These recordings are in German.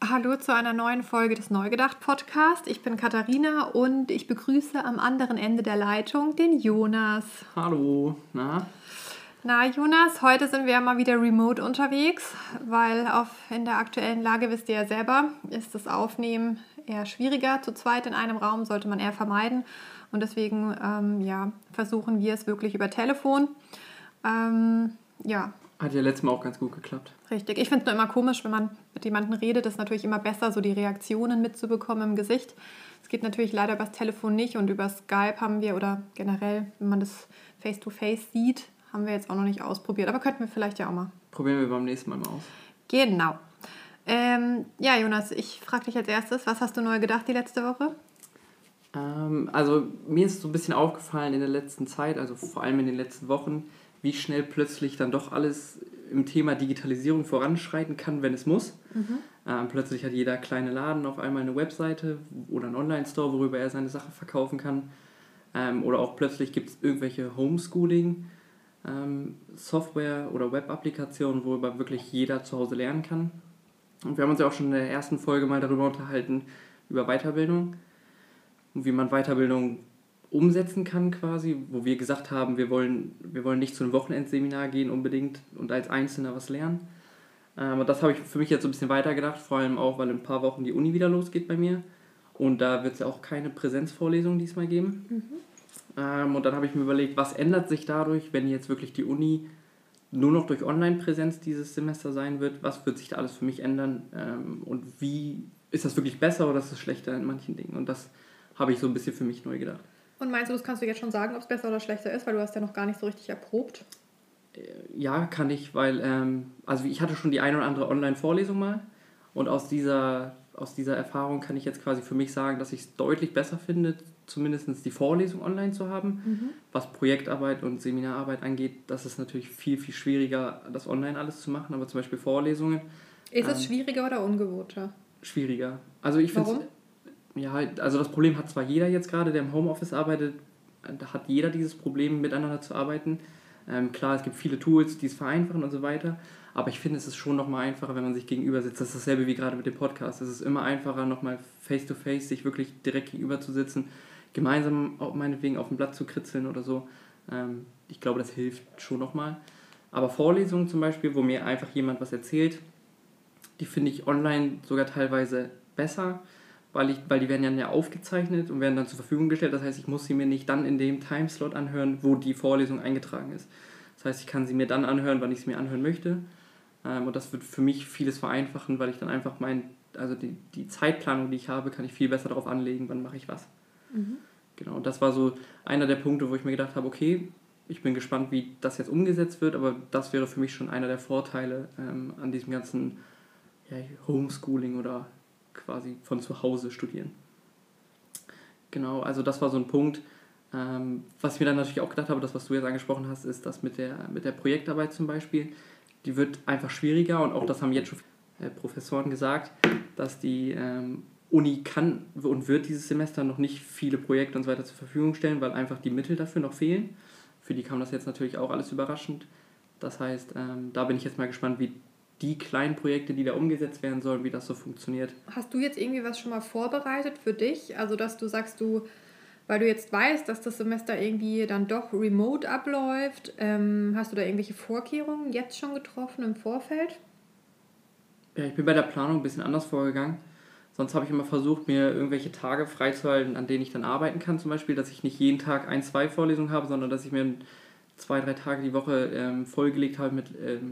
Hallo zu einer neuen Folge des Neugedacht-Podcast. Ich bin Katharina und ich begrüße am anderen Ende der Leitung den Jonas. Hallo, na? Na Jonas, heute sind wir ja mal wieder remote unterwegs, weil in der aktuellen Lage, wisst ihr ja selber, ist das Aufnehmen eher schwieriger. Zu zweit in einem Raum sollte man eher vermeiden und deswegen versuchen wir es wirklich über Telefon. Hat ja letztes Mal auch ganz gut geklappt. Richtig. Ich finde es nur immer komisch, wenn man mit jemandem redet, ist natürlich immer besser, so die Reaktionen mitzubekommen im Gesicht. Es geht natürlich leider über das Telefon nicht und über Skype haben wir oder generell, wenn man das Face-to-Face sieht, haben wir jetzt auch noch nicht ausprobiert. Aber könnten wir vielleicht ja auch mal. Probieren wir beim nächsten Mal aus. Genau. Jonas, ich frage dich als erstes, was hast du neu gedacht die letzte Woche? Also mir ist so ein bisschen aufgefallen in der letzten Zeit, also vor allem in den letzten Wochen, wie schnell plötzlich dann doch alles im Thema Digitalisierung voranschreiten kann, wenn es muss. Plötzlich hat jeder kleine Laden auf einmal eine Webseite oder einen Online-Store, worüber er seine Sache verkaufen kann. Oder auch plötzlich gibt es irgendwelche Homeschooling-Software oder Web-Applikationen, worüber wirklich jeder zu Hause lernen kann. Und wir haben uns ja auch schon in der ersten Folge mal darüber unterhalten, über Weiterbildung und wie man Weiterbildung umsetzen kann quasi, wo wir gesagt haben, wir wollen nicht zu einem Wochenendseminar gehen unbedingt und als Einzelner was lernen. Und das habe ich für mich jetzt so ein bisschen weitergedacht, vor allem auch, weil in ein paar Wochen die Uni wieder losgeht bei mir und da wird es ja auch keine Präsenzvorlesung diesmal geben. Und dann habe ich mir überlegt, was ändert sich dadurch, wenn jetzt wirklich die Uni nur noch durch Online-Präsenz dieses Semester sein wird, was wird sich da alles für mich ändern und wie ist das wirklich besser oder ist es schlechter in manchen Dingen, und das habe ich so ein bisschen für mich neu gedacht. Und meinst du, das kannst du jetzt schon sagen, ob es besser oder schlechter ist, weil du hast ja noch gar nicht so richtig erprobt? Ja, kann ich, weil also ich hatte schon die eine oder andere Online-Vorlesung mal und aus dieser Erfahrung kann ich jetzt quasi für mich sagen, dass ich es deutlich besser finde, zumindest die Vorlesung online zu haben. Was Projektarbeit und Seminararbeit angeht, das ist natürlich viel, viel schwieriger, das online alles zu machen, aber zum Beispiel Vorlesungen. Ist es schwieriger oder ungewohnter? Schwieriger. Also ich finde, ja, also das Problem hat zwar jeder jetzt gerade, der im Homeoffice arbeitet, da hat jeder dieses Problem, miteinander zu arbeiten. Klar, es gibt viele Tools, die es vereinfachen und so weiter, aber ich finde, es ist schon nochmal einfacher, wenn man sich gegenüber sitzt. Das ist dasselbe wie gerade mit dem Podcast. Es ist immer einfacher, nochmal face-to-face sich wirklich direkt gegenüber zu sitzen, gemeinsam auch meinetwegen auf dem Blatt zu kritzeln oder so. Ich glaube, das hilft schon nochmal. Aber Vorlesungen zum Beispiel, wo mir einfach jemand was erzählt, die finde ich online sogar teilweise besser, weil die werden ja aufgezeichnet und werden dann zur Verfügung gestellt. Das heißt, ich muss sie mir nicht dann in dem Timeslot anhören, wo die Vorlesung eingetragen ist. Das heißt, ich kann sie mir dann anhören, wann ich sie mir anhören möchte. Und das wird für mich vieles vereinfachen, weil ich dann einfach die Zeitplanung, die ich habe, kann ich viel besser darauf anlegen, wann mache ich was. Genau, und das war so einer der Punkte, wo ich mir gedacht habe, okay, ich bin gespannt, wie das jetzt umgesetzt wird, aber das wäre für mich schon einer der Vorteile an diesem ganzen Homeschooling oder quasi von zu Hause studieren. Genau, also das war so ein Punkt. Was ich mir dann natürlich auch gedacht habe, das, was du jetzt angesprochen hast, ist das mit der Projektarbeit zum Beispiel. Die wird einfach schwieriger und auch das haben jetzt schon Professoren gesagt, dass die Uni kann und wird dieses Semester noch nicht viele Projekte und so weiter zur Verfügung stellen, weil einfach die Mittel dafür noch fehlen. Für die kam das jetzt natürlich auch alles überraschend. Das heißt, da bin ich jetzt mal gespannt, wie die kleinen Projekte, die da umgesetzt werden sollen, wie das so funktioniert. Hast du jetzt irgendwie was schon mal vorbereitet für dich? Also, dass du sagst, weil du jetzt weißt, dass das Semester irgendwie dann doch remote abläuft, hast du da irgendwelche Vorkehrungen jetzt schon getroffen im Vorfeld? Ja, ich bin bei der Planung ein bisschen anders vorgegangen. Sonst habe ich immer versucht, mir irgendwelche Tage freizuhalten, an denen ich dann arbeiten kann. Zum Beispiel, dass ich nicht jeden Tag 1, 2 Vorlesungen habe, sondern dass ich mir 2, 3 Tage die Woche vollgelegt habe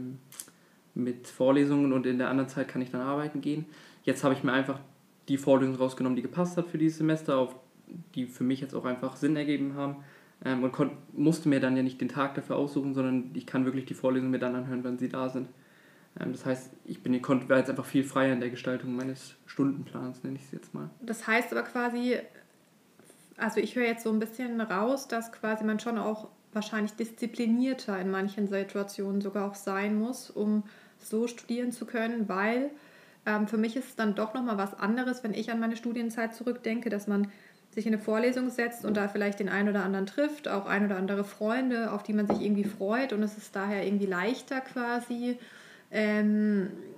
mit Vorlesungen und in der anderen Zeit kann ich dann arbeiten gehen. Jetzt habe ich mir einfach die Vorlesungen rausgenommen, die gepasst hat für dieses Semester, die für mich jetzt auch einfach Sinn ergeben haben und musste mir dann ja nicht den Tag dafür aussuchen, sondern ich kann wirklich die Vorlesungen mir dann anhören, wenn sie da sind. Das heißt, war jetzt einfach viel freier in der Gestaltung meines Stundenplans, nenne ich es jetzt mal. Das heißt aber quasi, also ich höre jetzt so ein bisschen raus, dass quasi man schon auch wahrscheinlich disziplinierter in manchen Situationen sogar auch sein muss, um so studieren zu können, weil für mich ist es dann doch nochmal was anderes, wenn ich an meine Studienzeit zurückdenke, dass man sich in eine Vorlesung setzt und da vielleicht den einen oder anderen trifft, auch ein oder andere Freunde, auf die man sich irgendwie freut und es ist daher irgendwie leichter quasi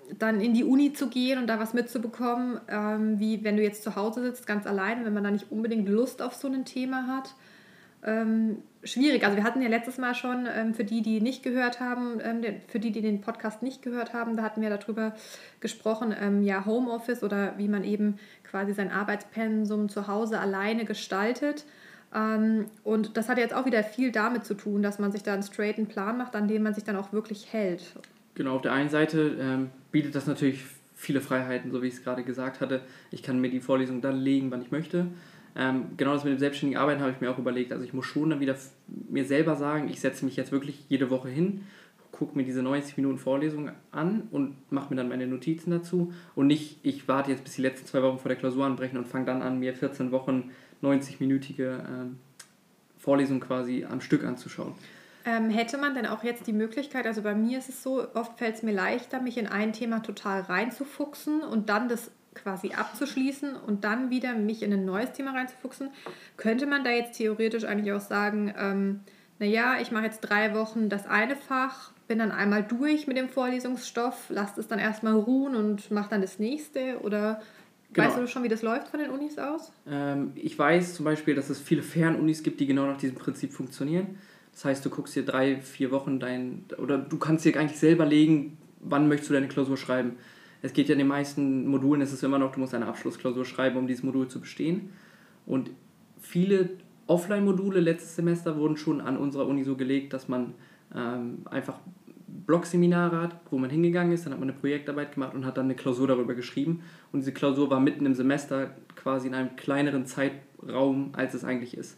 dann in die Uni zu gehen und da was mitzubekommen, wie wenn du jetzt zu Hause sitzt, ganz alleine, wenn man da nicht unbedingt Lust auf so ein Thema hat. Schwierig. Also wir hatten ja letztes Mal schon, für die, die nicht gehört haben, für die, die den Podcast nicht gehört haben, da hatten wir darüber gesprochen, ja, Homeoffice oder wie man eben quasi sein Arbeitspensum zu Hause alleine gestaltet. Und das hat jetzt auch wieder viel damit zu tun, dass man sich da einen straighten Plan macht, an dem man sich dann auch wirklich hält. Genau, auf der einen Seite bietet das natürlich viele Freiheiten, so wie ich es gerade gesagt hatte. Ich kann mir die Vorlesung dann legen, wann ich möchte. Genau das mit dem selbstständigen Arbeiten habe ich mir auch überlegt. Also ich muss schon dann wieder mir selber sagen, ich setze mich jetzt wirklich jede Woche hin, gucke mir diese 90 Minuten Vorlesung an und mache mir dann meine Notizen dazu. Und nicht, ich warte jetzt bis die letzten 2 Wochen vor der Klausur anbrechen und fange dann an, mir 14 Wochen 90-minütige Vorlesungen quasi am Stück anzuschauen. Hätte man denn auch jetzt die Möglichkeit, also bei mir ist es so, oft fällt es mir leichter, mich in ein Thema total reinzufuchsen und dann das quasi abzuschließen und dann wieder mich in ein neues Thema reinzufuchsen. Könnte man da jetzt theoretisch eigentlich auch sagen, naja, ich mache jetzt 3 Wochen das eine Fach, bin dann einmal durch mit dem Vorlesungsstoff, lasst es dann erstmal ruhen und mache dann das nächste? Oder genau. Weißt du schon, wie das läuft von den Unis aus? Ich weiß zum Beispiel, dass es viele Fernunis gibt, die genau nach diesem Prinzip funktionieren. Das heißt, du guckst dir 3-4 Wochen oder du kannst dir eigentlich selber legen, wann möchtest du deine Klausur schreiben. Es geht ja in den meisten Modulen, es ist immer noch, du musst eine Abschlussklausur schreiben, um dieses Modul zu bestehen. Und viele Offline-Module letztes Semester wurden schon an unserer Uni so gelegt, dass man einfach Blogseminare hat, wo man hingegangen ist, dann hat man eine Projektarbeit gemacht und hat dann eine Klausur darüber geschrieben. Und diese Klausur war mitten im Semester quasi in einem kleineren Zeitraum, als es eigentlich ist.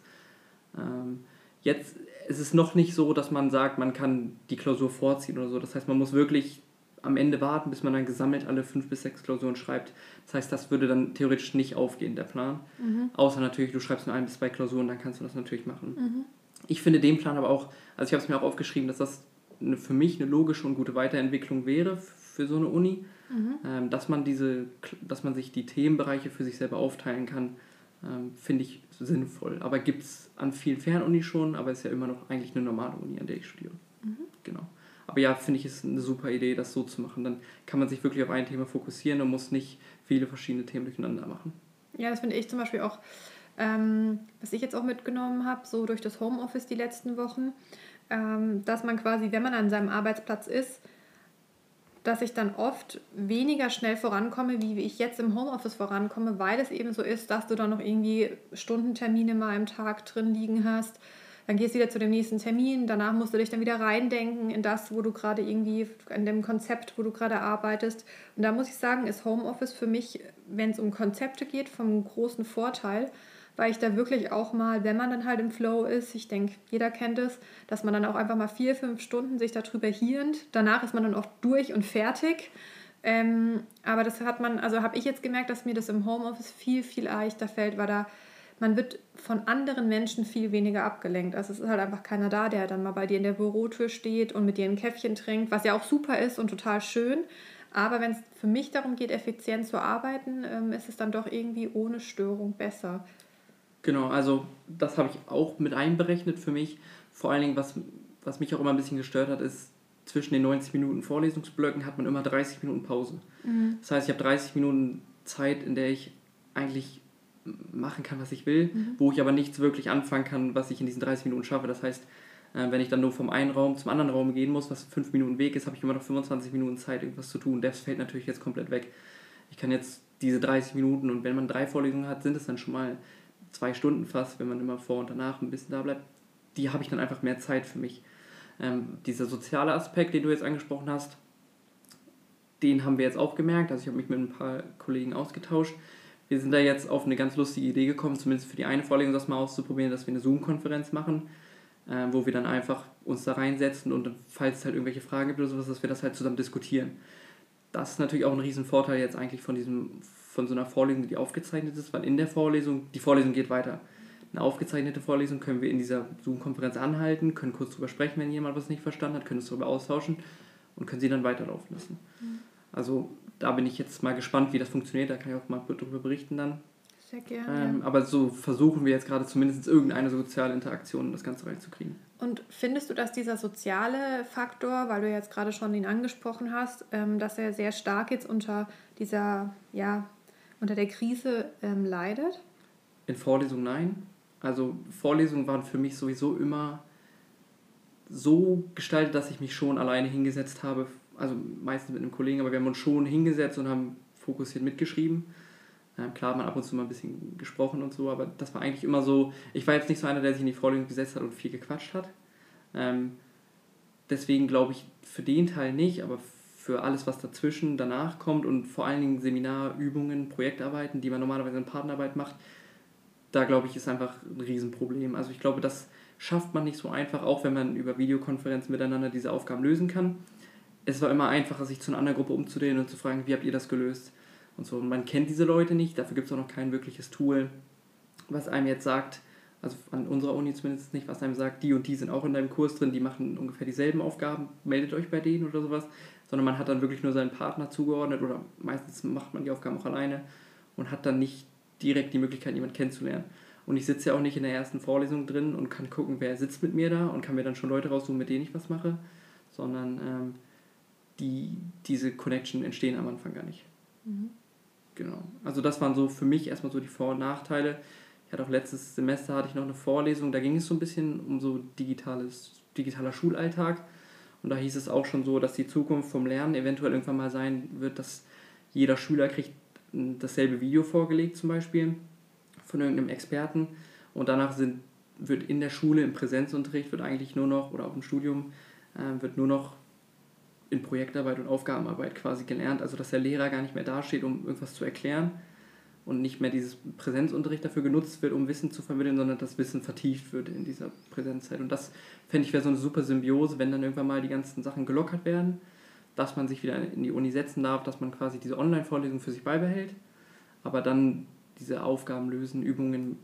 Jetzt ist es noch nicht so, dass man sagt, man kann die Klausur vorziehen oder so. Das heißt, man muss wirklich am Ende warten, bis man dann gesammelt alle 5 bis 6 Klausuren schreibt. Das heißt, das würde dann theoretisch nicht aufgehen, der Plan. Außer natürlich, du schreibst nur 1 bis 2 Klausuren, dann kannst du das natürlich machen. Ich finde den Plan aber auch, also ich habe es mir auch aufgeschrieben, dass das für mich eine logische und gute Weiterentwicklung wäre für so eine Uni, dass man sich die Themenbereiche für sich selber aufteilen kann, finde ich sinnvoll. Aber gibt es an vielen Fernunis schon, aber es ist ja immer noch eigentlich eine normale Uni, an der ich studiere. Genau. Aber ja, finde ich, ist eine super Idee, das so zu machen. Dann kann man sich wirklich auf ein Thema fokussieren und muss nicht viele verschiedene Themen durcheinander machen. Ja, das finde ich zum Beispiel auch, was ich jetzt auch mitgenommen habe, so durch das Homeoffice die letzten Wochen, dass man quasi, wenn man an seinem Arbeitsplatz ist, dass ich dann oft weniger schnell vorankomme, wie ich jetzt im Homeoffice vorankomme, weil es eben so ist, dass du dann noch irgendwie Stundentermine mal im Tag drin liegen hast. Dann gehst du wieder zu dem nächsten Termin, danach musst du dich dann wieder reindenken in das, wo du gerade irgendwie, in dem Konzept, wo du gerade arbeitest. Und da muss ich sagen, ist Homeoffice für mich, wenn es um Konzepte geht, vom großen Vorteil, weil ich da wirklich auch mal, wenn man dann halt im Flow ist, ich denke, jeder kennt es, dass man dann auch einfach mal 4-5 Stunden sich darüber hirnt. Danach ist man dann oft durch und fertig. Aber das habe ich jetzt gemerkt, dass mir das im Homeoffice viel, viel leichter fällt, weil man wird von anderen Menschen viel weniger abgelenkt. Also es ist halt einfach keiner da, der dann mal bei dir in der Bürotür steht und mit dir ein Käffchen trinkt, was ja auch super ist und total schön. Aber wenn es für mich darum geht, effizient zu arbeiten, ist es dann doch irgendwie ohne Störung besser. Genau, also das habe ich auch mit einberechnet für mich. Vor allen Dingen, was mich auch immer ein bisschen gestört hat, ist, zwischen den 90 Minuten Vorlesungsblöcken hat man immer 30 Minuten Pause. Das heißt, ich habe 30 Minuten Zeit, in der ich eigentlich machen kann, was ich will, wo ich aber nichts wirklich anfangen kann, was ich in diesen 30 Minuten schaffe. Das heißt, wenn ich dann nur vom einen Raum zum anderen Raum gehen muss, was 5 Minuten Weg ist, habe ich immer noch 25 Minuten Zeit, irgendwas zu tun. Das fällt natürlich jetzt komplett weg. Ich kann jetzt diese 30 Minuten, und wenn man 3 Vorlesungen hat, sind es dann schon mal 2 Stunden fast, wenn man immer vor und danach ein bisschen da bleibt. Die habe ich dann einfach mehr Zeit für mich. Dieser soziale Aspekt, den du jetzt angesprochen hast, den haben wir jetzt auch gemerkt. Also ich habe mich mit ein paar Kollegen ausgetauscht. Wir sind da jetzt auf eine ganz lustige Idee gekommen, zumindest für die eine Vorlesung das mal auszuprobieren, dass wir eine Zoom-Konferenz machen, wo wir dann einfach uns da reinsetzen und falls es halt irgendwelche Fragen gibt oder sowas, dass wir das halt zusammen diskutieren. Das ist natürlich auch ein Riesenvorteil jetzt eigentlich von so einer Vorlesung, die aufgezeichnet ist, weil in der Vorlesung, die Vorlesung geht weiter. Eine aufgezeichnete Vorlesung können wir in dieser Zoom-Konferenz anhalten, können kurz drüber sprechen, wenn jemand was nicht verstanden hat, können es darüber austauschen und können sie dann weiterlaufen lassen. Also da bin ich jetzt mal gespannt, wie das funktioniert, da kann ich auch mal darüber berichten dann. Sehr gerne. Aber so versuchen wir jetzt gerade zumindest irgendeine soziale Interaktion in das Ganze reinzukriegen. Und findest du, dass dieser soziale Faktor, weil du jetzt gerade schon ihn angesprochen hast, dass er sehr stark jetzt unter der Krise leidet? In Vorlesungen nein. Also Vorlesungen waren für mich sowieso immer so gestaltet, dass ich mich schon alleine hingesetzt habe, also meistens mit einem Kollegen, aber wir haben uns schon hingesetzt und haben fokussiert mitgeschrieben. Klar hat man ab und zu mal ein bisschen gesprochen und so, aber das war eigentlich immer so, ich war jetzt nicht so einer, der sich in die Vorlesung gesetzt hat und viel gequatscht hat. Deswegen glaube ich für den Teil nicht, aber für alles, was dazwischen danach kommt und vor allen Dingen Seminarübungen, Projektarbeiten, die man normalerweise in Partnerarbeit macht, da glaube ich, ist einfach ein Riesenproblem. Also ich glaube, das schafft man nicht so einfach, auch wenn man über Videokonferenzen miteinander diese Aufgaben lösen kann. Es war immer einfacher, sich zu einer anderen Gruppe umzudrehen und zu fragen, wie habt ihr das gelöst? Und so. Und man kennt diese Leute nicht, dafür gibt es auch noch kein wirkliches Tool, was einem jetzt sagt, also an unserer Uni zumindest nicht, was einem sagt, die und die sind auch in deinem Kurs drin, die machen ungefähr dieselben Aufgaben, meldet euch bei denen oder sowas, sondern man hat dann wirklich nur seinen Partner zugeordnet oder meistens macht man die Aufgaben auch alleine und hat dann nicht direkt die Möglichkeit, jemanden kennenzulernen. Und ich sitze ja auch nicht in der ersten Vorlesung drin und kann gucken, wer sitzt mit mir da und kann mir dann schon Leute raussuchen, mit denen ich was mache, sondern diese Connection entstehen am Anfang gar nicht. Mhm. Genau. Also das waren so für mich erstmal so die Vor- und Nachteile. Ich hatte auch letztes Semester hatte ich noch eine Vorlesung, da ging es so ein bisschen um so digitaler Schulalltag. Und da hieß es auch schon so, dass die Zukunft vom Lernen eventuell irgendwann mal sein wird, dass jeder Schüler kriegt dasselbe Video vorgelegt zum Beispiel von irgendeinem Experten und danach wird in der Schule im Präsenzunterricht wird eigentlich nur noch oder auch im Studium wird nur noch in Projektarbeit und Aufgabenarbeit quasi gelernt, also dass der Lehrer gar nicht mehr dasteht, um irgendwas zu erklären und nicht mehr dieses Präsenzunterricht dafür genutzt wird, um Wissen zu vermitteln, sondern das Wissen vertieft wird in dieser Präsenzzeit. Und das fände ich wäre so eine super Symbiose, wenn dann irgendwann mal die ganzen Sachen gelockert werden, dass man sich wieder in die Uni setzen darf, dass man quasi diese Online-Vorlesung für sich beibehält, aber dann diese Aufgaben lösen, Übungen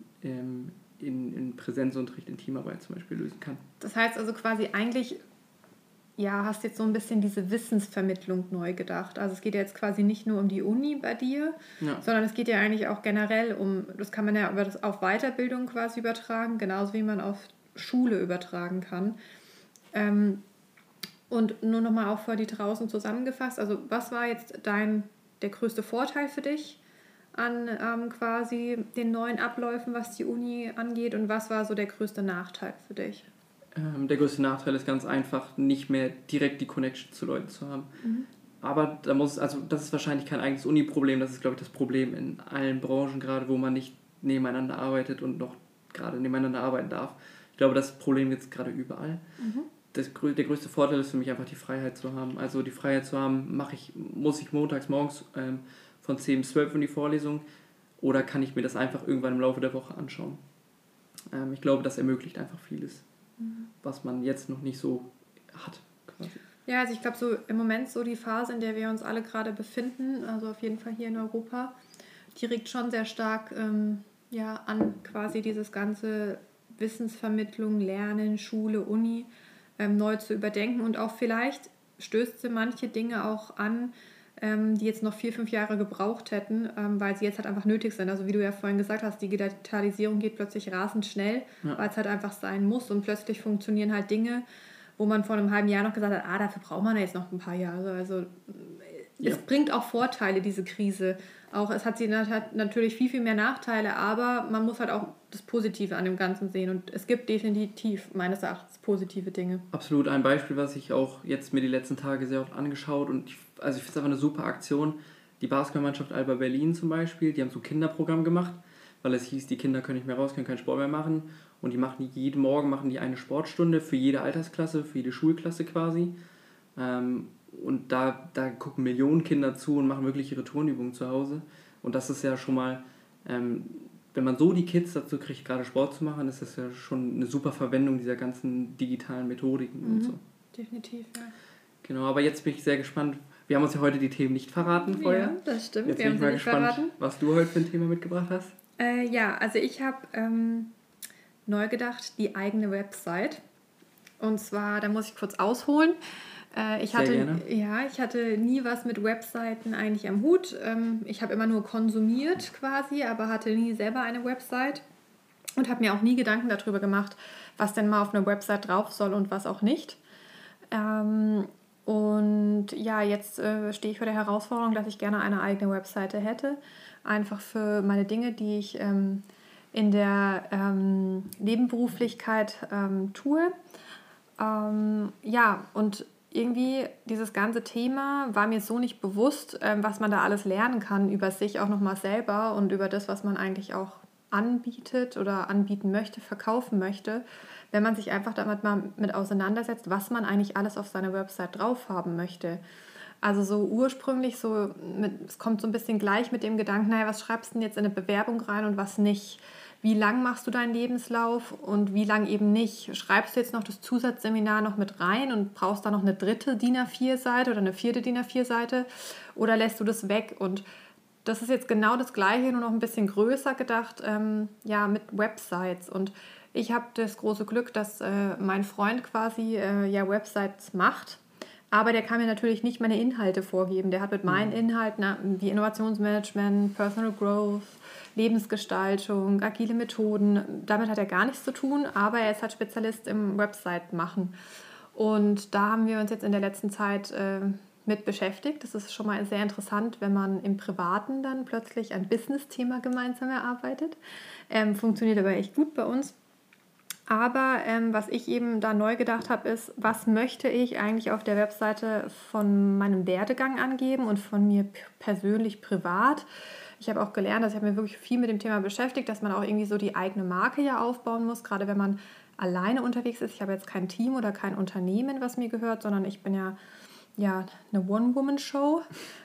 in Präsenzunterricht, in Teamarbeit zum Beispiel lösen kann. Das heißt also quasi eigentlich, ja, hast jetzt so ein bisschen diese Wissensvermittlung neu gedacht. Also es geht ja jetzt quasi nicht nur um die Uni bei dir, sondern es geht ja eigentlich auch generell das kann man ja auf Weiterbildung quasi übertragen, genauso wie man auf Schule übertragen kann. Und nur nochmal auch für die draußen zusammengefasst, also was war jetzt der größte Vorteil für dich an quasi den neuen Abläufen, was die Uni angeht, und was war so der größte Nachteil für dich? Der größte Nachteil ist ganz einfach, nicht mehr direkt die Connection zu Leuten zu haben. Mhm. Aber das ist wahrscheinlich kein eigenes Uni-Problem, das ist, glaube ich, das Problem in allen Branchen gerade, wo man nicht nebeneinander arbeitet und noch gerade nebeneinander arbeiten darf. Ich glaube, das Problem gibt es gerade überall. Mhm. Der größte Vorteil ist für mich einfach die Freiheit zu haben. Also die Freiheit zu haben, muss ich montags morgens von 10 bis 12 in die Vorlesung oder kann ich mir das einfach irgendwann im Laufe der Woche anschauen. Ich glaube, das ermöglicht einfach vieles, was man jetzt noch nicht so hat. Quasi. Ja, also ich glaube, so im Moment so die Phase, in der wir uns alle gerade befinden, also auf jeden Fall hier in Europa, die regt schon sehr stark an, quasi dieses ganze Wissensvermittlung, Lernen, Schule, Uni neu zu überdenken und auch vielleicht stößt sie manche Dinge auch an, die jetzt noch 4-5 Jahre gebraucht hätten, weil sie jetzt halt einfach nötig sind. Also wie du ja vorhin gesagt hast, die Digitalisierung geht plötzlich rasend schnell, weil es halt einfach sein muss und plötzlich funktionieren halt Dinge, wo man vor einem halben Jahr noch gesagt hat, dafür braucht man ja jetzt noch ein paar Jahre. Also es bringt auch Vorteile, diese Krise. Auch es hat natürlich viel, viel mehr Nachteile, aber man muss halt auch das Positive an dem Ganzen sehen. Und es gibt definitiv meines Erachtens positive Dinge. Absolut. Ein Beispiel, was ich auch jetzt mir die letzten Tage sehr oft angeschaut und ich finde es einfach eine super Aktion. Die Basketballmannschaft Alba Berlin zum Beispiel, die haben so ein Kinderprogramm gemacht, weil es hieß, die Kinder können nicht mehr raus, können keinen Sport mehr machen. Und jeden Morgen machen die eine Sportstunde für jede Altersklasse, für jede Schulklasse quasi. Und da gucken Millionen Kinder zu und machen wirklich ihre Turnübungen zu Hause. Und das ist ja schon mal, wenn man so die Kids dazu kriegt, gerade Sport zu machen, ist das ja schon eine super Verwendung dieser ganzen digitalen Methodiken und so. Definitiv, ja. Genau, aber jetzt bin ich sehr gespannt. Wir haben uns ja heute die Themen nicht verraten vorher. Ja, das stimmt. Jetzt bin ich mal gespannt, was du heute für ein Thema mitgebracht hast. Also ich habe neu gedacht, die eigene Website. Und zwar, da muss ich kurz ausholen. Ich hatte nie was mit Webseiten eigentlich am Hut. Ich habe immer nur konsumiert quasi, aber hatte nie selber eine Website. und habe mir auch nie Gedanken darüber gemacht, was denn mal auf einer Website drauf soll und was auch nicht. Und ja, jetzt stehe ich vor der Herausforderung, dass ich gerne eine eigene Webseite hätte, einfach für meine Dinge, die ich in der Nebenberuflichkeit tue. Ja, und irgendwie dieses ganze Thema war mir so nicht bewusst, was man da alles lernen kann über sich auch nochmal selber und über das, was man eigentlich auch anbietet oder anbieten möchte, verkaufen möchte, wenn man sich einfach damit mal mit auseinandersetzt, was man eigentlich alles auf seiner Website drauf haben möchte. Also so ursprünglich es kommt so ein bisschen gleich mit dem Gedanken, naja, was schreibst du denn jetzt in eine Bewerbung rein und was nicht? Wie lang machst du deinen Lebenslauf und wie lang eben nicht? Schreibst du jetzt noch das Zusatzseminar noch mit rein und brauchst da noch eine dritte DIN A4-Seite oder eine vierte DIN A4-Seite oder lässt du das weg? Und das ist jetzt genau das Gleiche, nur noch ein bisschen größer gedacht, mit Websites. Und ich habe das große Glück, dass mein Freund quasi Websites macht. Aber der kann mir natürlich nicht meine Inhalte vorgeben. Der hat mit meinen Inhalten wie Innovationsmanagement, Personal Growth, Lebensgestaltung, agile Methoden, damit hat er gar nichts zu tun, aber er ist halt Spezialist im Website machen. Und da haben wir uns jetzt in der letzten Zeit mit beschäftigt. Das ist schon mal sehr interessant, wenn man im Privaten dann plötzlich ein Business-Thema gemeinsam erarbeitet. Funktioniert aber echt gut bei uns. Aber was ich eben da neu gedacht habe, ist, was möchte ich eigentlich auf der Webseite von meinem Werdegang angeben und von mir persönlich privat. Ich habe auch gelernt, dass ich habe mir wirklich viel mit dem Thema beschäftigt, dass man auch irgendwie so die eigene Marke ja aufbauen muss, gerade wenn man alleine unterwegs ist. Ich habe jetzt kein Team oder kein Unternehmen, was mir gehört, sondern ich bin ja eine One-Woman-Show.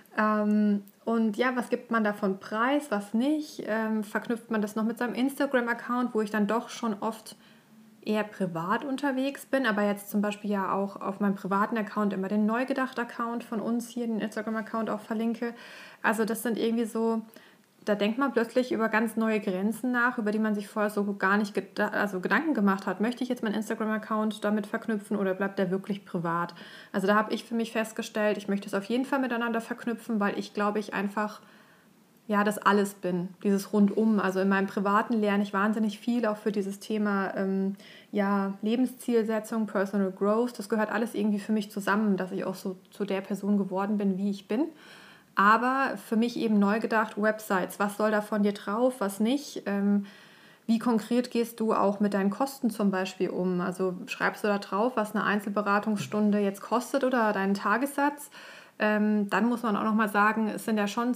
Und ja, was gibt man davon preis, was nicht? Verknüpft man das noch mit seinem Instagram-Account, wo ich dann doch schon oft eher privat unterwegs bin, aber jetzt zum Beispiel ja auch auf meinem privaten Account immer den Neugedacht-Account von uns hier, den Instagram-Account auch verlinke. Also das sind irgendwie so, da denkt man plötzlich über ganz neue Grenzen nach, über die man sich vorher so gar nicht Gedanken gemacht hat. Möchte ich jetzt meinen Instagram-Account damit verknüpfen oder bleibt der wirklich privat? Also da habe ich für mich festgestellt, ich möchte es auf jeden Fall miteinander verknüpfen, weil ich glaube, ich einfach das alles bin, dieses Rundum. Also in meinem Privaten lerne ich wahnsinnig viel, auch für dieses Thema Lebenszielsetzung, Personal Growth. Das gehört alles irgendwie für mich zusammen, dass ich auch so zu der Person geworden bin, wie ich bin. Aber für mich eben neu gedacht, Websites, was soll da von dir drauf, was nicht? Wie konkret gehst du auch mit deinen Kosten zum Beispiel um? Also schreibst du da drauf, was eine Einzelberatungsstunde jetzt kostet oder deinen Tagessatz? Dann muss man auch nochmal sagen, es sind ja schon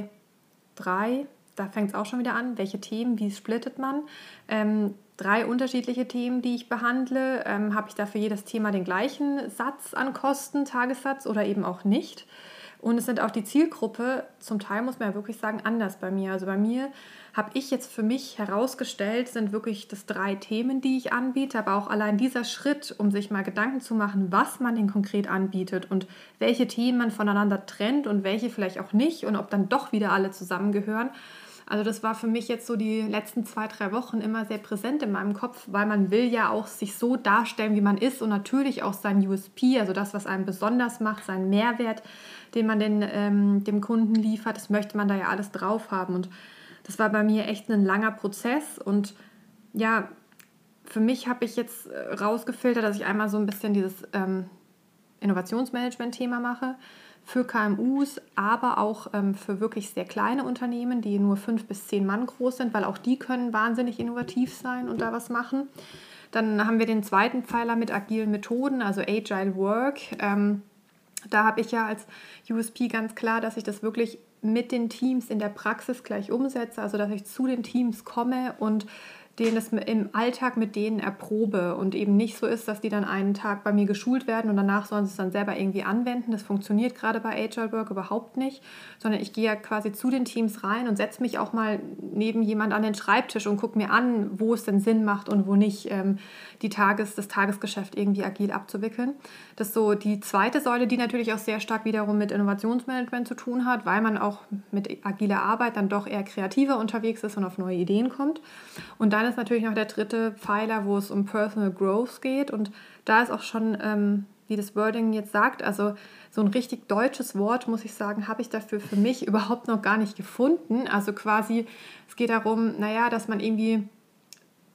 3, da fängt es auch schon wieder an, welche Themen, wie splittet man. 3 unterschiedliche Themen, die ich behandle. Habe ich da für jedes Thema den gleichen Satz an Kosten, Tagessatz oder eben auch nicht? Und es sind auch die Zielgruppe, zum Teil muss man ja wirklich sagen, anders bei mir. Also bei mir habe ich jetzt für mich herausgestellt, sind wirklich das 3 Themen, die ich anbiete, aber auch allein dieser Schritt, um sich mal Gedanken zu machen, was man denn konkret anbietet und welche Themen man voneinander trennt und welche vielleicht auch nicht und ob dann doch wieder alle zusammengehören. Also das war für mich jetzt so die letzten 2, 3 Wochen immer sehr präsent in meinem Kopf, weil man will ja auch sich so darstellen, wie man ist und natürlich auch sein USP, also das, was einen besonders macht, seinen Mehrwert, den man dem Kunden liefert, das möchte man da ja alles drauf haben. Und das war bei mir echt ein langer Prozess. Und ja, für mich habe ich jetzt rausgefiltert, dass ich einmal so ein bisschen dieses Innovationsmanagement-Thema mache für KMUs, aber auch für wirklich sehr kleine Unternehmen, die nur 5 bis 10 Mann groß sind, weil auch die können wahnsinnig innovativ sein und da was machen. Dann haben wir den zweiten Pfeiler mit agilen Methoden, also Agile Work. Da habe ich ja als USP ganz klar, dass ich das wirklich mit den Teams in der Praxis gleich umsetze, also dass ich zu den Teams komme und denen das im Alltag mit denen erprobe und eben nicht so ist, dass die dann einen Tag bei mir geschult werden und danach sollen sie es dann selber irgendwie anwenden. Das funktioniert gerade bei Agile Work überhaupt nicht, sondern ich gehe ja quasi zu den Teams rein und setze mich auch mal neben jemand an den Schreibtisch und gucke mir an, wo es denn Sinn macht und wo nicht, das Tagesgeschäft irgendwie agil abzuwickeln. Das ist so die zweite Säule, die natürlich auch sehr stark wiederum mit Innovationsmanagement zu tun hat, weil man auch mit agiler Arbeit dann doch eher kreativer unterwegs ist und auf neue Ideen kommt. Und dann ist natürlich noch der dritte Pfeiler, wo es um Personal Growth geht. Und da ist auch schon, wie das Wording jetzt sagt, also so ein richtig deutsches Wort, muss ich sagen, habe ich dafür für mich überhaupt noch gar nicht gefunden. Also quasi, es geht darum, dass man irgendwie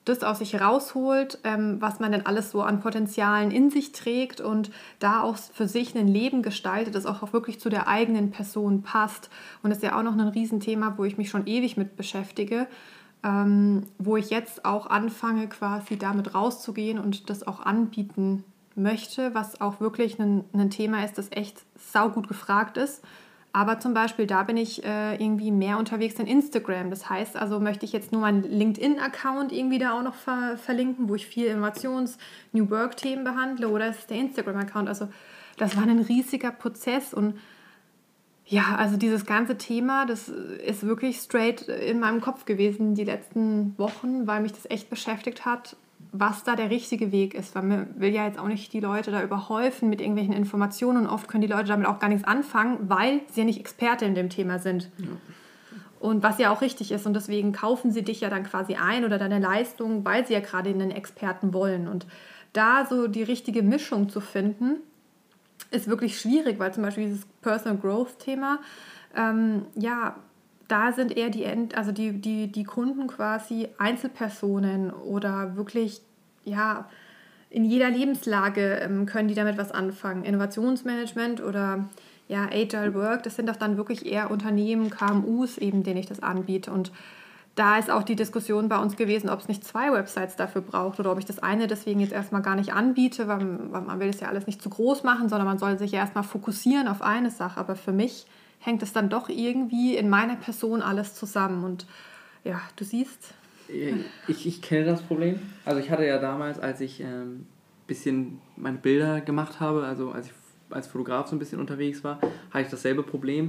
das aus sich rausholt, was man denn alles so an Potenzialen in sich trägt und da auch für sich ein Leben gestaltet, das auch wirklich zu der eigenen Person passt. Und das ist ja auch noch ein Riesenthema, wo ich mich schon ewig mit beschäftige, wo ich jetzt auch anfange, quasi damit rauszugehen und das auch anbieten möchte, was auch wirklich ein Thema ist, das echt saugut gefragt ist. Aber zum Beispiel, da bin ich irgendwie mehr unterwegs in Instagram. Das heißt, also möchte ich jetzt nur meinen LinkedIn-Account irgendwie da auch noch verlinken, wo ich viel Innovations-, New Work-Themen behandle, oder ist es der Instagram-Account? Also das war ein riesiger Prozess und ja, also dieses ganze Thema, das ist wirklich straight in meinem Kopf gewesen die letzten Wochen, weil mich das echt beschäftigt hat, was da der richtige Weg ist. Weil man will ja jetzt auch nicht die Leute da überhäufen mit irgendwelchen Informationen und oft können die Leute damit auch gar nichts anfangen, weil sie ja nicht Experte in dem Thema sind. Ja. Und was ja auch richtig ist und deswegen kaufen sie dich ja dann quasi ein oder deine Leistung, weil sie ja gerade einen Experten wollen. Und da so die richtige Mischung zu finden, ist wirklich schwierig, weil zum Beispiel dieses Personal Growth Thema, da sind eher die Kunden quasi Einzelpersonen oder wirklich, ja, in jeder Lebenslage können die damit was anfangen. Innovationsmanagement oder ja, Agile Work, das sind doch dann wirklich eher Unternehmen, KMUs eben, denen ich das anbiete. Und da ist auch die Diskussion bei uns gewesen, ob es nicht 2 Websites dafür braucht oder ob ich das eine deswegen jetzt erstmal gar nicht anbiete, weil man will es ja alles nicht zu groß machen, sondern man soll sich ja erstmal fokussieren auf eine Sache. Aber für mich hängt es dann doch irgendwie in meiner Person alles zusammen. Und ja, du siehst. Ich kenne das Problem. Also ich hatte ja damals, als ich bisschen meine Bilder gemacht habe, also als ich als Fotograf so ein bisschen unterwegs war, hatte ich dasselbe Problem.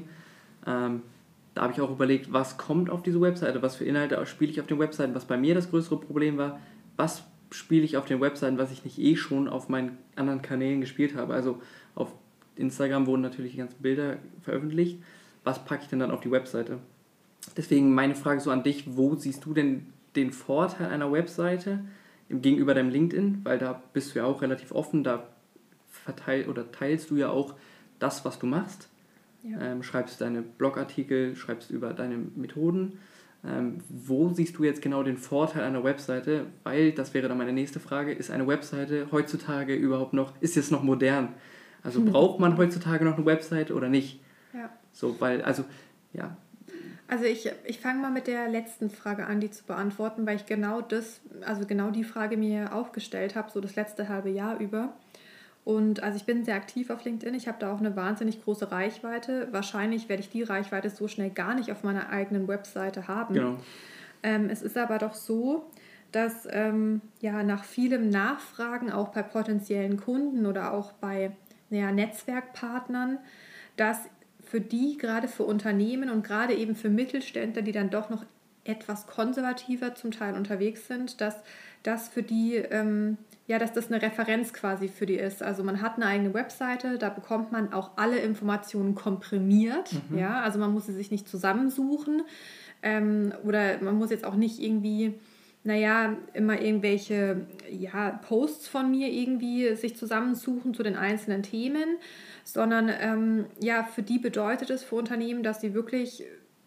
Da habe ich auch überlegt, was kommt auf diese Webseite, was für Inhalte spiele ich auf den Webseiten. Was bei mir das größere Problem war, was spiele ich auf den Webseiten, was ich nicht schon auf meinen anderen Kanälen gespielt habe. Also auf Instagram wurden natürlich die ganzen Bilder veröffentlicht. Was packe ich denn dann auf die Webseite? Deswegen meine Frage so an dich, wo siehst du denn den Vorteil einer Webseite gegenüber deinem LinkedIn? Weil da bist du ja auch relativ offen, da teilst du ja auch das, was du machst. Ja. Schreibst deine Blogartikel, schreibst über deine Methoden. Wo siehst du jetzt genau den Vorteil einer Webseite? Weil, das wäre dann meine nächste Frage, ist eine Webseite heutzutage überhaupt noch, ist jetzt noch modern? Also braucht man heutzutage noch eine Webseite oder nicht? Ja. So, weil, also, ja. Also ich fange mal mit der letzten Frage an, die zu beantworten, weil ich genau die Frage mir auch gestellt habe, so das letzte halbe Jahr über. Und also ich bin sehr aktiv auf LinkedIn, ich habe da auch eine wahnsinnig große Reichweite. Wahrscheinlich werde ich die Reichweite so schnell gar nicht auf meiner eigenen Webseite haben. Genau. Es ist aber doch so, dass nach vielem Nachfragen, auch bei potenziellen Kunden oder auch bei Netzwerkpartnern, dass für die, gerade für Unternehmen und gerade eben für Mittelständler, die dann doch noch etwas konservativer zum Teil unterwegs sind, dass das für die, dass das eine Referenz quasi für die ist. Also man hat eine eigene Webseite, da bekommt man auch alle Informationen komprimiert. Mhm. Ja? Also man muss sie sich nicht zusammensuchen oder man muss jetzt auch nicht irgendwie immer irgendwelche Posts von mir irgendwie sich zusammensuchen zu den einzelnen Themen, sondern für die bedeutet es für Unternehmen, dass sie wirklich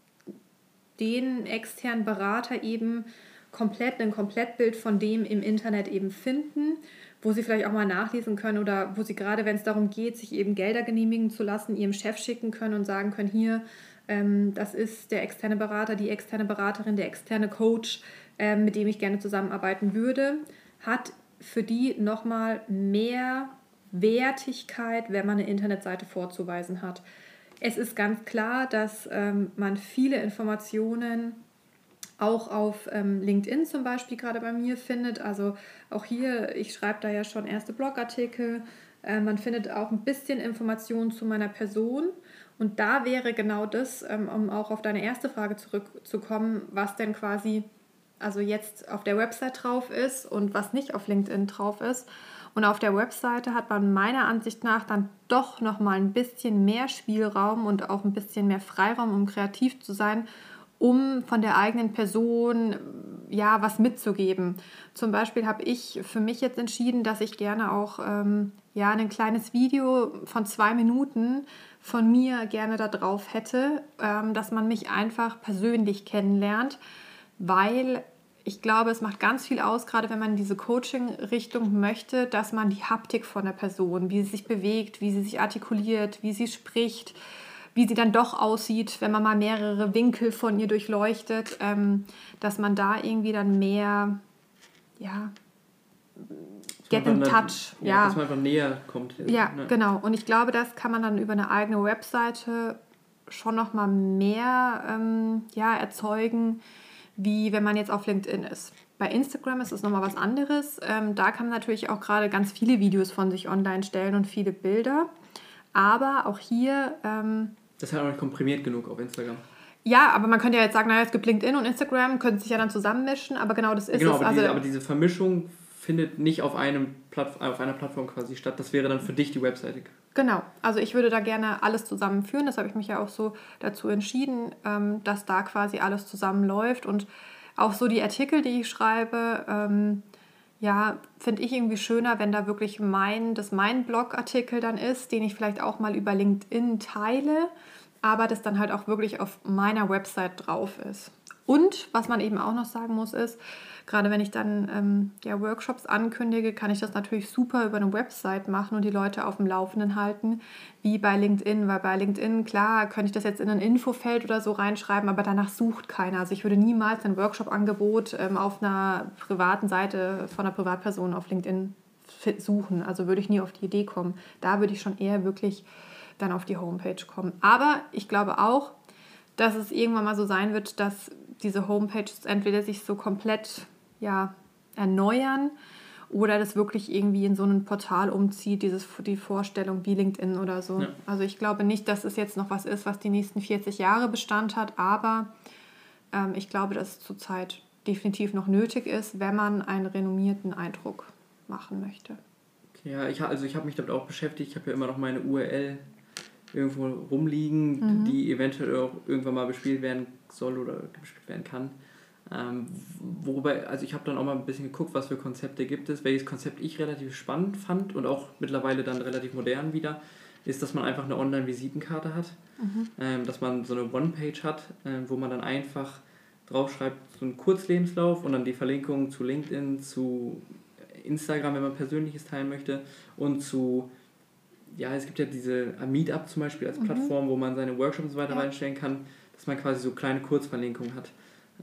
den externen Berater eben ein Komplettbild von dem im Internet eben finden, wo sie vielleicht auch mal nachlesen können oder wo sie gerade, wenn es darum geht, sich eben Gelder genehmigen zu lassen, ihrem Chef schicken können und sagen können, hier, das ist der externe Berater, die externe Beraterin, der externe Coach, mit dem ich gerne zusammenarbeiten würde, hat für die nochmal mehr Wertigkeit, wenn man eine Internetseite vorzuweisen hat. Es ist ganz klar, dass man viele Informationen auch auf LinkedIn zum Beispiel gerade bei mir findet. Also auch hier, ich schreibe da ja schon erste Blogartikel. Man findet auch ein bisschen Informationen zu meiner Person. Und da wäre genau das, um auch auf deine erste Frage zurückzukommen, was denn quasi also jetzt auf der Website drauf ist und was nicht auf LinkedIn drauf ist. Und auf der Webseite hat man meiner Ansicht nach dann doch nochmal ein bisschen mehr Spielraum und auch ein bisschen mehr Freiraum, um kreativ zu sein, um von der eigenen Person was mitzugeben. Zum Beispiel habe ich für mich jetzt entschieden, dass ich gerne auch ein kleines Video von 2 Minuten von mir gerne da drauf hätte, dass man mich einfach persönlich kennenlernt, weil ich glaube, es macht ganz viel aus, gerade wenn man in diese Coaching-Richtung möchte, dass man die Haptik von der Person, wie sie sich bewegt, wie sie sich artikuliert, wie sie spricht, wie sie dann doch aussieht, wenn man mal mehrere Winkel von ihr durchleuchtet, dass man da irgendwie dann mehr, ja, get in touch. Ja, dass man einfach näher kommt. Ja, genau. Und ich glaube, das kann man dann über eine eigene Webseite schon nochmal mehr erzeugen, wie wenn man jetzt auf LinkedIn ist. Bei Instagram ist es nochmal was anderes. Da kann man natürlich auch gerade ganz viele Videos von sich online stellen und viele Bilder. Aber auch hier... das ist halt auch nicht komprimiert genug auf Instagram. Ja, aber man könnte ja jetzt sagen, naja, es gibt LinkedIn und Instagram, können sich ja dann zusammenmischen, aber genau das ist es. Aber diese Vermischung findet nicht auf einer Plattform quasi statt. Das wäre dann für dich die Webseite. Genau, also ich würde da gerne alles zusammenführen. Das habe ich mich ja auch so dazu entschieden, dass da quasi alles zusammenläuft. Und auch so die Artikel, die ich schreibe, finde ich irgendwie schöner, wenn da wirklich mein Blogartikel dann ist, den ich vielleicht auch mal über LinkedIn teile, aber das dann halt auch wirklich auf meiner Website drauf ist. Und was man eben auch noch sagen muss ist, gerade wenn ich dann Workshops ankündige, kann ich das natürlich super über eine Website machen und die Leute auf dem Laufenden halten, wie bei LinkedIn. Weil bei LinkedIn, klar, könnte ich das jetzt in ein Infofeld oder so reinschreiben, aber danach sucht keiner. Also ich würde niemals ein Workshop-Angebot auf einer privaten Seite von einer Privatperson auf LinkedIn suchen. Also würde ich nie auf die Idee kommen. Da würde ich schon eher wirklich dann auf die Homepage kommen. Aber ich glaube auch, dass es irgendwann mal so sein wird, dass diese Homepages entweder sich so komplett erneuern oder das wirklich irgendwie in so ein Portal umzieht, die Vorstellung wie LinkedIn oder so. Ja. Also ich glaube nicht, dass es jetzt noch was ist, was die nächsten 40 Jahre Bestand hat, aber ich glaube, dass es zurzeit definitiv noch nötig ist, wenn man einen renommierten Eindruck machen möchte. Ja, ich habe mich damit auch beschäftigt. Ich habe ja immer noch meine URL irgendwo rumliegen, die eventuell auch irgendwann mal bespielt werden soll oder bespielt werden kann. Also ich habe dann auch mal ein bisschen geguckt, was für Konzepte gibt es. Welches Konzept ich relativ spannend fand und auch mittlerweile dann relativ modern wieder, ist, dass man einfach eine Online-Visitenkarte hat. Dass man so eine One-Page hat, wo man dann einfach draufschreibt, so einen Kurzlebenslauf und dann die Verlinkung zu LinkedIn, zu Instagram, wenn man Persönliches teilen möchte, und zu, es gibt ja diese Meetup zum Beispiel als Plattform, wo man seine Workshops und so weiter reinstellen kann, dass man quasi so kleine Kurzverlinkungen hat.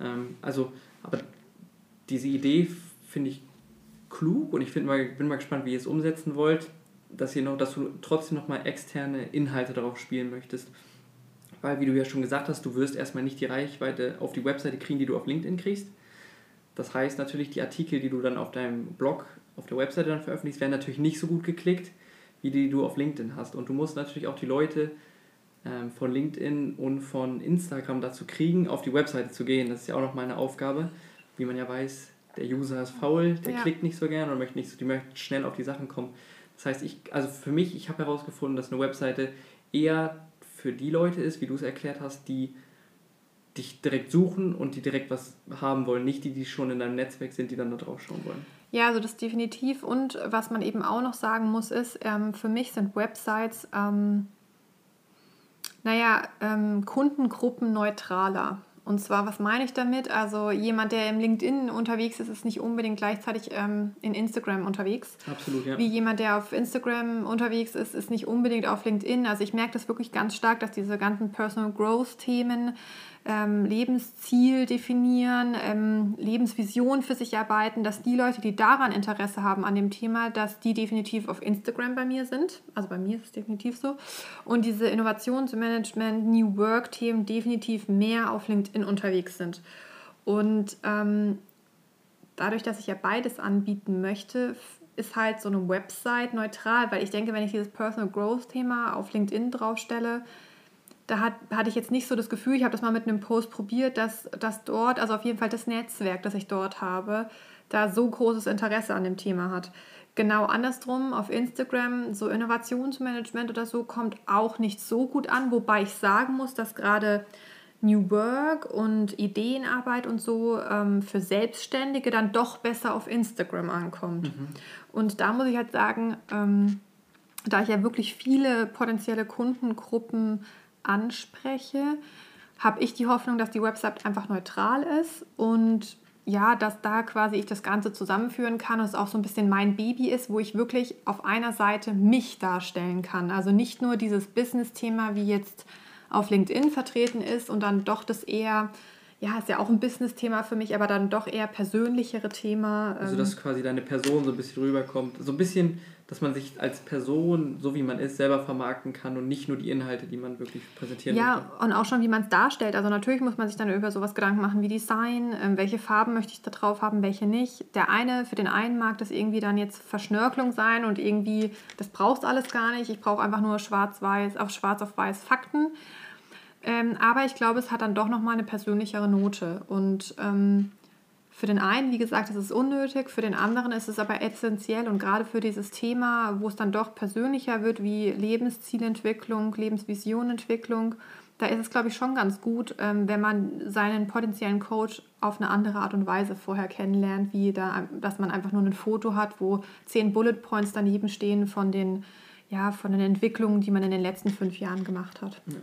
Aber diese Idee finde ich klug und ich bin mal gespannt, wie ihr es umsetzen wollt, dass du trotzdem nochmal externe Inhalte darauf spielen möchtest. Weil, wie du ja schon gesagt hast, du wirst erstmal nicht die Reichweite auf die Webseite kriegen, die du auf LinkedIn kriegst. Das heißt natürlich, die Artikel, die du dann auf deinem Blog, auf der Webseite dann veröffentlichst, werden natürlich nicht so gut geklickt, wie die du auf LinkedIn hast. Und du musst natürlich auch die Leute von LinkedIn und von Instagram dazu kriegen, auf die Webseite zu gehen. Das ist ja auch noch meine Aufgabe. Wie man ja weiß, der User ist faul, der klickt nicht so gern und die möchten schnell auf die Sachen kommen. Das heißt, ich habe herausgefunden, dass eine Webseite eher für die Leute ist, wie du es erklärt hast, die dich direkt suchen und die direkt was haben wollen, nicht die schon in deinem Netzwerk sind, die dann da drauf schauen wollen. Ja, also das definitiv. Und was man eben auch noch sagen muss, ist, für mich sind Websites Kundengruppen neutraler. Und zwar, was meine ich damit? Also jemand, der im LinkedIn unterwegs ist, ist nicht unbedingt gleichzeitig in Instagram unterwegs. Absolut, ja. Wie jemand, der auf Instagram unterwegs ist, ist nicht unbedingt auf LinkedIn. Also ich merke das wirklich ganz stark, dass diese ganzen Personal Growth-Themen, Lebensziel definieren, Lebensvision für sich arbeiten, dass die Leute, die daran Interesse haben an dem Thema, dass die definitiv auf Instagram bei mir sind. Also bei mir ist es definitiv so. Und diese Innovationsmanagement, New Work-Themen definitiv mehr auf LinkedIn unterwegs sind. Und dadurch, dass ich ja beides anbieten möchte, ist halt so eine Website neutral, weil ich denke, wenn ich dieses Personal Growth-Thema auf LinkedIn draufstelle, da hatte ich jetzt nicht so das Gefühl, ich habe das mal mit einem Post probiert, dass dort, also auf jeden Fall das Netzwerk, das ich dort habe, da so großes Interesse an dem Thema hat. Genau andersrum, auf Instagram, so Innovationsmanagement oder so, kommt auch nicht so gut an, wobei ich sagen muss, dass gerade New Work und Ideenarbeit und so für Selbstständige dann doch besser auf Instagram ankommt. Und da muss ich halt sagen, da ich ja wirklich viele potenzielle Kundengruppen anspreche, habe ich die Hoffnung, dass die Website einfach neutral ist und ja, dass da quasi ich das Ganze zusammenführen kann und es auch so ein bisschen mein Baby ist, wo ich wirklich auf einer Seite mich darstellen kann. Also nicht nur dieses Business-Thema, wie jetzt auf LinkedIn vertreten ist und dann doch das eher, ja, ist ja auch ein Business-Thema für mich, aber dann doch eher persönlichere Thema. Also dass quasi deine Person so ein bisschen rüberkommt. So ein bisschen, dass man sich als Person, so wie man ist, selber vermarkten kann und nicht nur die Inhalte, die man wirklich präsentieren möchte. Ja, und auch schon, wie man es darstellt. Also natürlich muss man sich dann über sowas Gedanken machen wie Design, welche Farben möchte ich da drauf haben, welche nicht. Für den einen mag das irgendwie dann jetzt Verschnörkelung sein und irgendwie, das brauchst alles gar nicht. Ich brauche einfach nur schwarz auf weiß Fakten. Aber ich glaube, es hat dann doch nochmal eine persönlichere Note. Und für den einen, wie gesagt, ist es unnötig, für den anderen ist es aber essentiell. Und gerade für dieses Thema, wo es dann doch persönlicher wird, wie Lebenszielentwicklung, Lebensvisionentwicklung, da ist es, glaube ich, schon ganz gut, wenn man seinen potenziellen Coach auf eine andere Art und Weise vorher kennenlernt, dass man einfach nur ein Foto hat, wo 10 Bullet Points daneben stehen von den Entwicklungen, die man in den letzten 5 Jahren gemacht hat. Ja.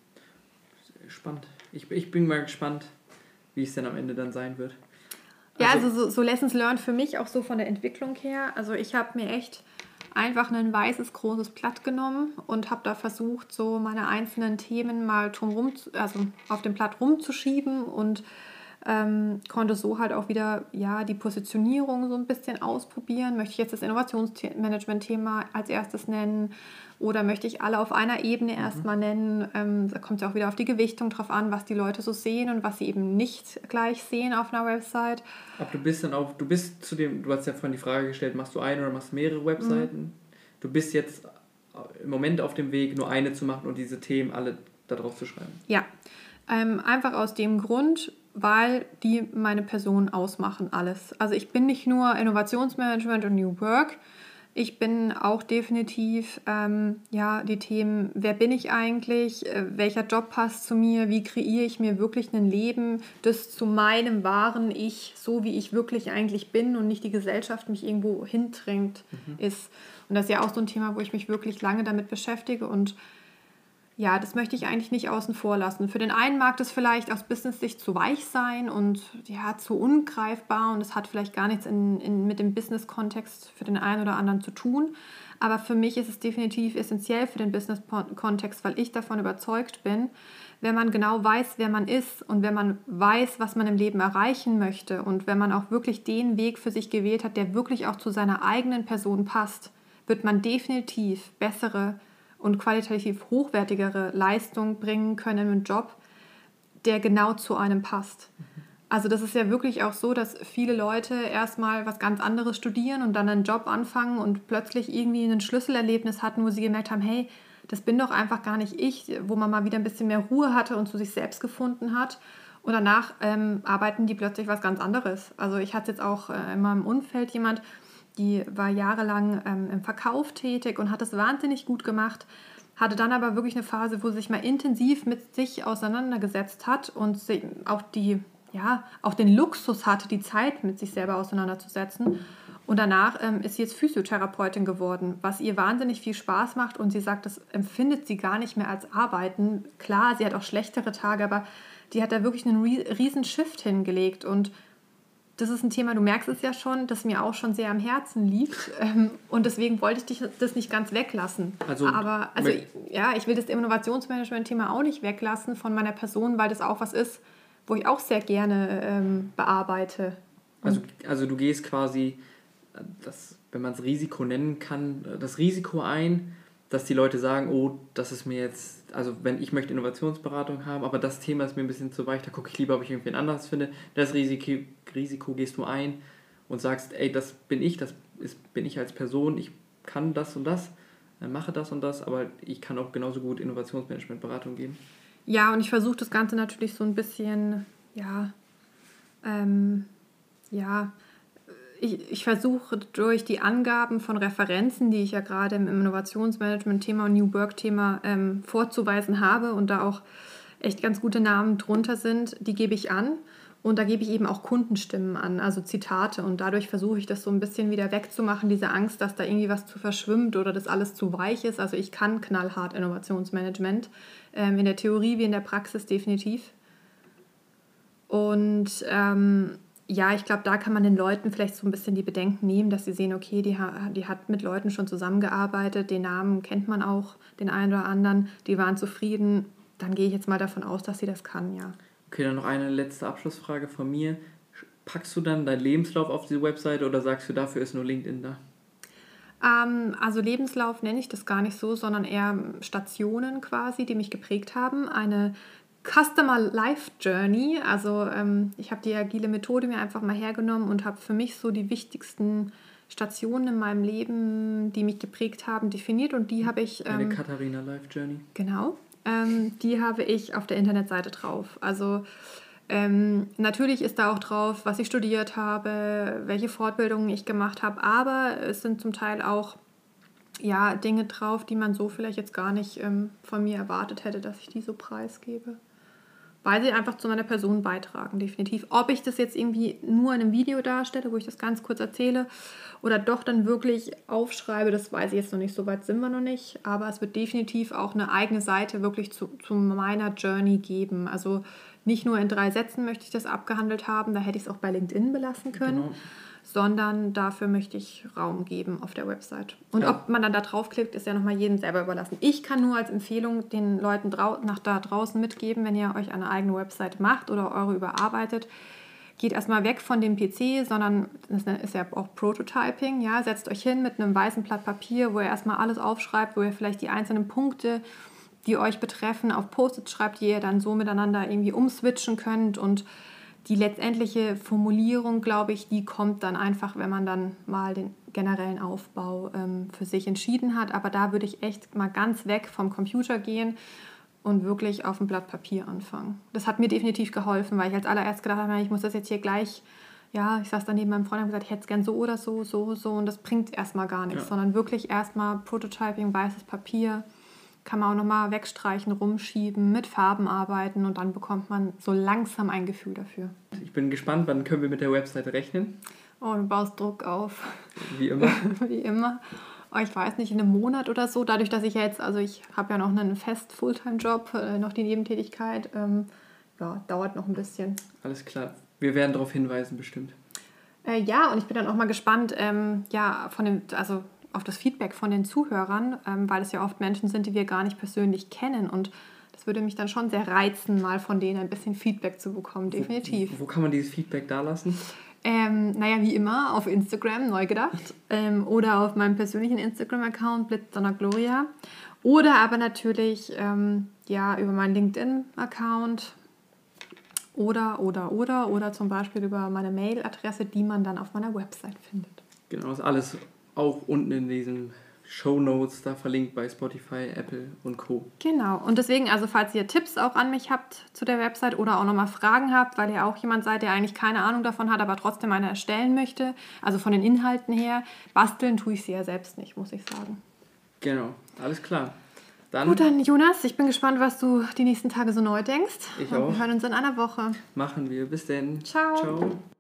Spannend. Ich bin mal gespannt, wie es denn am Ende dann sein wird. Also so Lessons learned für mich auch so von der Entwicklung her. Also ich habe mir echt einfach ein weißes, großes Blatt genommen und habe da versucht, so meine einzelnen Themen mal auf dem Blatt rumzuschieben und konnte so halt auch wieder die Positionierung so ein bisschen ausprobieren. Möchte ich jetzt das Innovationsmanagement-Thema als erstes nennen oder möchte ich alle auf einer Ebene erstmal nennen? Da kommt es ja auch wieder auf die Gewichtung drauf an, was die Leute so sehen und was sie eben nicht gleich sehen auf einer Website. Aber du hast ja vorhin die Frage gestellt, machst du eine oder machst du mehrere Webseiten? Du bist jetzt im Moment auf dem Weg, nur eine zu machen und diese Themen alle da drauf zu schreiben. Ja, einfach aus dem Grund, weil die meine Person ausmachen, alles. Also ich bin nicht nur Innovationsmanagement und New Work, ich bin auch definitiv die Themen, wer bin ich eigentlich, welcher Job passt zu mir, wie kreiere ich mir wirklich ein Leben, das zu meinem wahren Ich, so wie ich wirklich eigentlich bin und nicht die Gesellschaft mich irgendwo hindrängt ist. Und das ist ja auch so ein Thema, wo ich mich wirklich lange damit beschäftige und ja, das möchte ich eigentlich nicht außen vor lassen. Für den einen mag das vielleicht aus Business-Sicht zu weich sein und zu ungreifbar und es hat vielleicht gar nichts mit dem Business-Kontext für den einen oder anderen zu tun. Aber für mich ist es definitiv essentiell für den Business-Kontext, weil ich davon überzeugt bin, wenn man genau weiß, wer man ist und wenn man weiß, was man im Leben erreichen möchte und wenn man auch wirklich den Weg für sich gewählt hat, der wirklich auch zu seiner eigenen Person passt, wird man definitiv bessere und qualitativ hochwertigere Leistung bringen können im Job, der genau zu einem passt. Also das ist ja wirklich auch so, dass viele Leute erstmal was ganz anderes studieren und dann einen Job anfangen und plötzlich irgendwie ein Schlüsselerlebnis hatten, wo sie gemerkt haben, hey, das bin doch einfach gar nicht ich, wo man mal wieder ein bisschen mehr Ruhe hatte und zu sich selbst gefunden hat. Und danach arbeiten die plötzlich was ganz anderes. Also ich hatte jetzt auch in meinem Umfeld jemand, die war jahrelang im Verkauf tätig und hat das wahnsinnig gut gemacht, hatte dann aber wirklich eine Phase, wo sie sich mal intensiv mit sich auseinandergesetzt hat und auch den Luxus hatte, die Zeit mit sich selber auseinanderzusetzen. Und danach ist sie jetzt Physiotherapeutin geworden, was ihr wahnsinnig viel Spaß macht und sie sagt, das empfindet sie gar nicht mehr als Arbeiten. Klar, sie hat auch schlechtere Tage, aber die hat da wirklich einen riesen Shift hingelegt und das ist ein Thema, du merkst es ja schon, das mir auch schon sehr am Herzen liegt. Und deswegen wollte ich das nicht ganz weglassen. Ich will das Innovationsmanagement-Thema auch nicht weglassen von meiner Person, weil das auch was ist, wo ich auch sehr gerne bearbeite. Also du gehst quasi, wenn man es Risiko nennen kann, das Risiko ein, dass die Leute sagen, oh, das ist mir jetzt, also wenn ich möchte Innovationsberatung haben, aber das Thema ist mir ein bisschen zu weich, da gucke ich lieber, ob ich irgendwen anderes finde. Das Risiko gehst du ein und sagst, ey, das bin ich als Person, ich kann das und das, mache das und das, aber ich kann auch genauso gut Innovationsmanagementberatung geben. Ja, und ich versuche das Ganze natürlich so ein bisschen, ich versuche durch die Angaben von Referenzen, die ich ja gerade im Innovationsmanagement-Thema und New Work-Thema vorzuweisen habe und da auch echt ganz gute Namen drunter sind, die gebe ich an. Und da gebe ich eben auch Kundenstimmen an, also Zitate. Und dadurch versuche ich das so ein bisschen wieder wegzumachen, diese Angst, dass da irgendwie was zu verschwimmt oder dass alles zu weich ist. Also ich kann knallhart Innovationsmanagement, in der Theorie wie in der Praxis definitiv. Und ja, ich glaube, da kann man den Leuten vielleicht so ein bisschen die Bedenken nehmen, dass sie sehen, okay, die hat mit Leuten schon zusammengearbeitet, den Namen kennt man auch, den einen oder anderen, die waren zufrieden. Dann gehe ich jetzt mal davon aus, dass sie das kann, ja. Okay, dann noch eine letzte Abschlussfrage von mir. Packst du dann deinen Lebenslauf auf diese Webseite oder sagst du, dafür ist nur LinkedIn da? Also Lebenslauf nenne ich das gar nicht so, sondern eher Stationen quasi, die mich geprägt haben. Eine Customer Life Journey. Also ich habe die agile Methode mir einfach mal hergenommen und habe für mich so die wichtigsten Stationen in meinem Leben, die mich geprägt haben, definiert. Und die habe ich... Eine Katharina Life Journey. Genau. Die habe ich auf der Internetseite drauf. Also... natürlich ist da auch drauf, was ich studiert habe, welche Fortbildungen ich gemacht habe, aber es sind zum Teil auch ja, Dinge drauf, die man so vielleicht jetzt gar nicht von mir erwartet hätte, dass ich die so preisgebe. Weil sie einfach zu meiner Person beitragen, definitiv. Ob ich das jetzt irgendwie nur in einem Video darstelle, wo ich das ganz kurz erzähle, oder doch dann wirklich aufschreibe, das weiß ich jetzt noch nicht, so weit sind wir noch nicht. Aber es wird definitiv auch eine eigene Seite wirklich zu meiner Journey geben. Also nicht nur in 3 Sätzen möchte ich das abgehandelt haben, da hätte ich es auch bei LinkedIn belassen können, genau. Sondern dafür möchte ich Raum geben auf der Website. Und ja. Ob man dann da draufklickt, ist ja nochmal jedem selber überlassen. Ich kann nur als Empfehlung den Leuten da draußen mitgeben, wenn ihr euch eine eigene Website macht oder eure überarbeitet, geht erstmal weg von dem PC, sondern das ist ja auch Prototyping. Ja? Setzt euch hin mit einem weißen Blatt Papier, wo ihr erstmal alles aufschreibt, wo ihr vielleicht die einzelnen Punkte, die euch betreffen, auf Post-its schreibt, die ihr dann so miteinander irgendwie umswitchen könnt. Und die letztendliche Formulierung, glaube ich, die kommt dann einfach, wenn man dann mal den generellen Aufbau für sich entschieden hat. Aber da würde ich echt mal ganz weg vom Computer gehen und wirklich auf dem Blatt Papier anfangen. Das hat mir definitiv geholfen, weil ich als allererst gedacht habe, ich muss das jetzt hier gleich, ja, ich saß dann neben meinem Freund und habe gesagt, ich hätte es gern so oder so, so. Und das bringt erstmal gar nichts, sondern wirklich erstmal Prototyping, weißes Papier, kann man auch nochmal wegstreichen, rumschieben, mit Farben arbeiten und dann bekommt man so langsam ein Gefühl dafür. Ich bin gespannt, wann können wir mit der Webseite rechnen? Oh, du baust Druck auf. Wie immer. Wie immer. Oh, ich weiß nicht, in einem Monat oder so, dadurch, dass ich jetzt, also ich habe ja noch einen Fulltime-Job, noch die Nebentätigkeit, ja, dauert noch ein bisschen. Alles klar. Wir werden darauf hinweisen, bestimmt. Ja, und ich bin dann auch mal gespannt, auf das Feedback von den Zuhörern, weil es ja oft Menschen sind, die wir gar nicht persönlich kennen. Und das würde mich dann schon sehr reizen, mal von denen ein bisschen Feedback zu bekommen, definitiv. Wo kann man dieses Feedback da lassen? Wie immer, auf Instagram, Neugedacht. Oder auf meinem persönlichen Instagram-Account, Blitzdonnergloria. Oder aber natürlich über meinen LinkedIn-Account. Oder zum Beispiel über meine Mail-Adresse, die man dann auf meiner Website findet. Genau, ist alles auch unten in diesen Shownotes da verlinkt bei Spotify, Apple und Co. Genau. Und deswegen, also falls ihr Tipps auch an mich habt zu der Website oder auch nochmal Fragen habt, weil ihr auch jemand seid, der eigentlich keine Ahnung davon hat, aber trotzdem eine erstellen möchte, also von den Inhalten her, basteln tue ich sie ja selbst nicht, muss ich sagen. Genau, alles klar. Gut, dann Jonas, ich bin gespannt, was du die nächsten Tage so neu denkst. Ich auch. Wir hören uns in einer Woche. Machen wir. Bis dann. Ciao. Ciao.